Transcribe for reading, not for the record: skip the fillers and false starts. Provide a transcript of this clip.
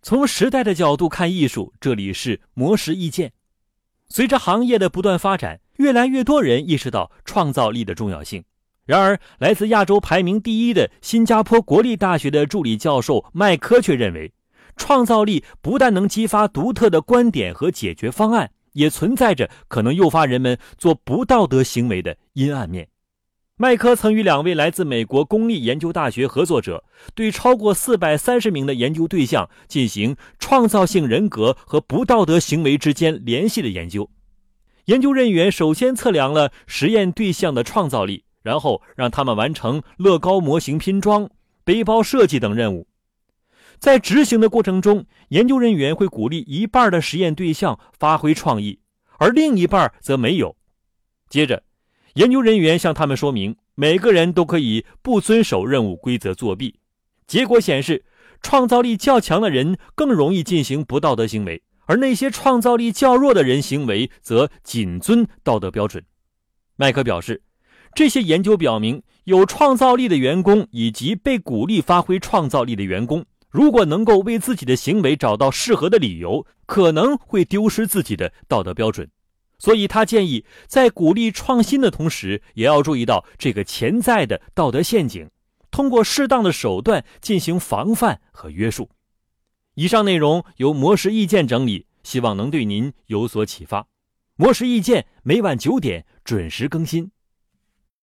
从时代的角度看艺术，这里是魔石意见。随着行业的不断发展，越来越多人意识到创造力的重要性。然而，来自亚洲排名第一的新加坡国立大学的助理教授麦科却认为，创造力不但能激发独特的观点和解决方案，也存在着可能诱发人们做不道德行为的阴暗面。麦科曾与2位来自美国公立研究大学合作者，对超过430名的研究对象进行创造性人格和不道德行为之间联系的研究。研究人员首先测量了实验对象的创造力，然后让他们完成乐高模型拼装、背包设计等任务。在执行的过程中，研究人员会鼓励一半的实验对象发挥创意，而另一半则没有。接着，研究人员向他们说明，每个人都可以不遵守任务规则作弊。结果显示，创造力较强的人更容易进行不道德行为，而那些创造力较弱的人行为则谨遵道德标准。麦克表示，这些研究表明，有创造力的员工以及被鼓励发挥创造力的员工，如果能够为自己的行为找到适合的理由，可能会丢失自己的道德标准。所以他建议，在鼓励创新的同时，也要注意到这个潜在的道德陷阱，通过适当的手段进行防范和约束。以上内容由魔石意见整理，希望能对您有所启发。魔石意见每晚9点准时更新。